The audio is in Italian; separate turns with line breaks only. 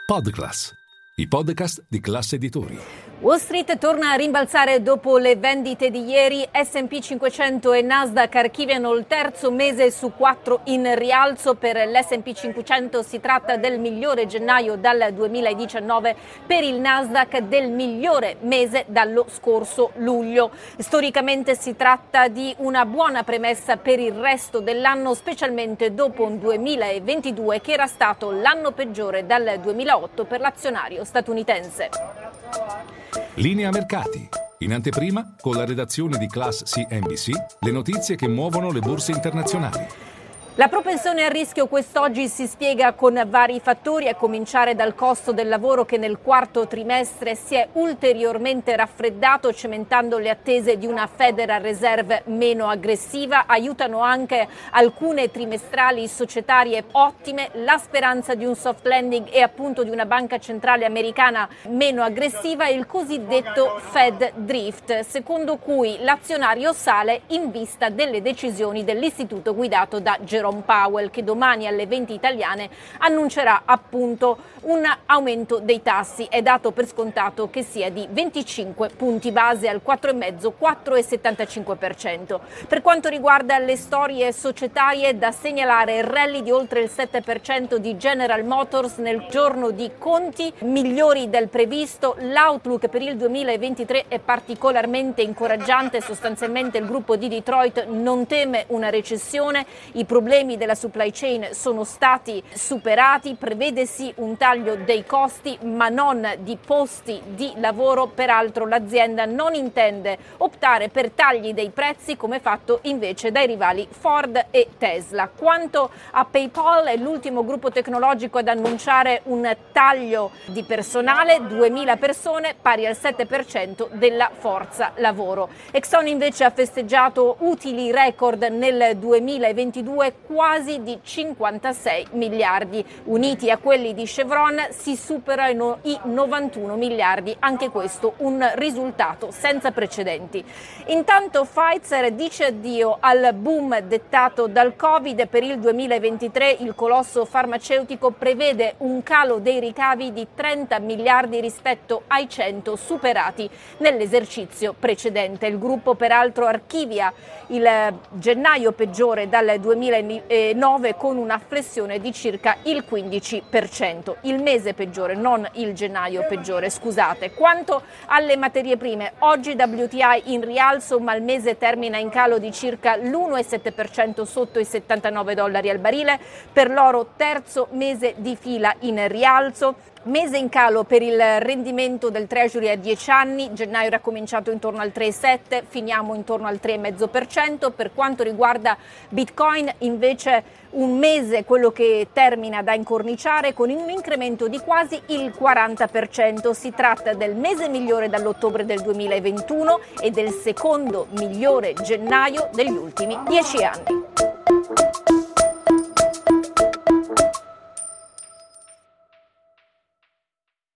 Podclass, i podcast di Class Editori.
Wall Street torna a rimbalzare dopo le vendite di ieri. S&P 500 e Nasdaq archiviano il terzo mese su 4 in rialzo. Per l'S&P 500 si tratta del migliore gennaio dal 2019, per il Nasdaq del migliore mese dallo scorso luglio. Storicamente si tratta di una buona premessa per il resto dell'anno, specialmente dopo un 2022 che era stato l'anno peggiore dal 2008 per l'azionario statunitense.
Linea mercati. In anteprima, con la redazione di Class CNBC, le notizie che muovono le borse internazionali.
La propensione al rischio quest'oggi si spiega con vari fattori, a cominciare dal costo del lavoro che nel quarto trimestre si è ulteriormente raffreddato, cementando le attese di una Federal Reserve meno aggressiva. Aiutano anche alcune trimestrali societarie ottime, la speranza di un soft landing e appunto di una banca centrale americana meno aggressiva e il cosiddetto Fed Drift, secondo cui l'azionario sale in vista delle decisioni dell'istituto guidato da Jerome Powell, che domani alle 20 italiane annuncerà appunto un aumento dei tassi. È dato per scontato che sia di 25 punti base al 4,5, 4,75%. Per quanto riguarda le storie societarie, da segnalare il rally di oltre il 7% di General Motors nel giorno di conti migliori del previsto. L'outlook per il 2023 è particolarmente incoraggiante, sostanzialmente il gruppo di Detroit non teme una recessione, i problemi della supply chain sono stati superati, prevedesi un taglio dei costi ma non di posti di lavoro. Peraltro l'azienda non intende optare per tagli dei prezzi come fatto invece dai rivali Ford e Tesla. Quanto a PayPal, è l'ultimo gruppo tecnologico ad annunciare un taglio di personale, 2000 persone, pari al 7% della forza lavoro. Exxon invece ha festeggiato utili record nel 2022, quasi di 56 miliardi. Uniti a quelli di Chevron si superano i 91 miliardi, anche questo un risultato senza precedenti. Intanto Pfizer dice addio al boom dettato dal Covid. Per il 2023 il colosso farmaceutico prevede un calo dei ricavi di 30 miliardi rispetto ai 100 superati nell'esercizio precedente. Il gruppo peraltro archivia il gennaio peggiore dal 2009 con una flessione di circa il 15%. Il mese peggiore, non il gennaio peggiore, scusate. Quanto alle materie prime, oggi WTI in rialzo, ma il mese termina in calo di circa l'1,7% sotto i $79 al barile. Per l'oro, terzo mese di fila in rialzo. Mese in calo per il rendimento del Treasury a 10 anni, gennaio era cominciato intorno al 3,7, finiamo intorno al 3,5%. Per quanto riguarda Bitcoin invece un mese quello che termina da incorniciare con un incremento di quasi il 40%. Si tratta del mese migliore dall'ottobre del 2021 e del secondo migliore gennaio degli ultimi 10 anni.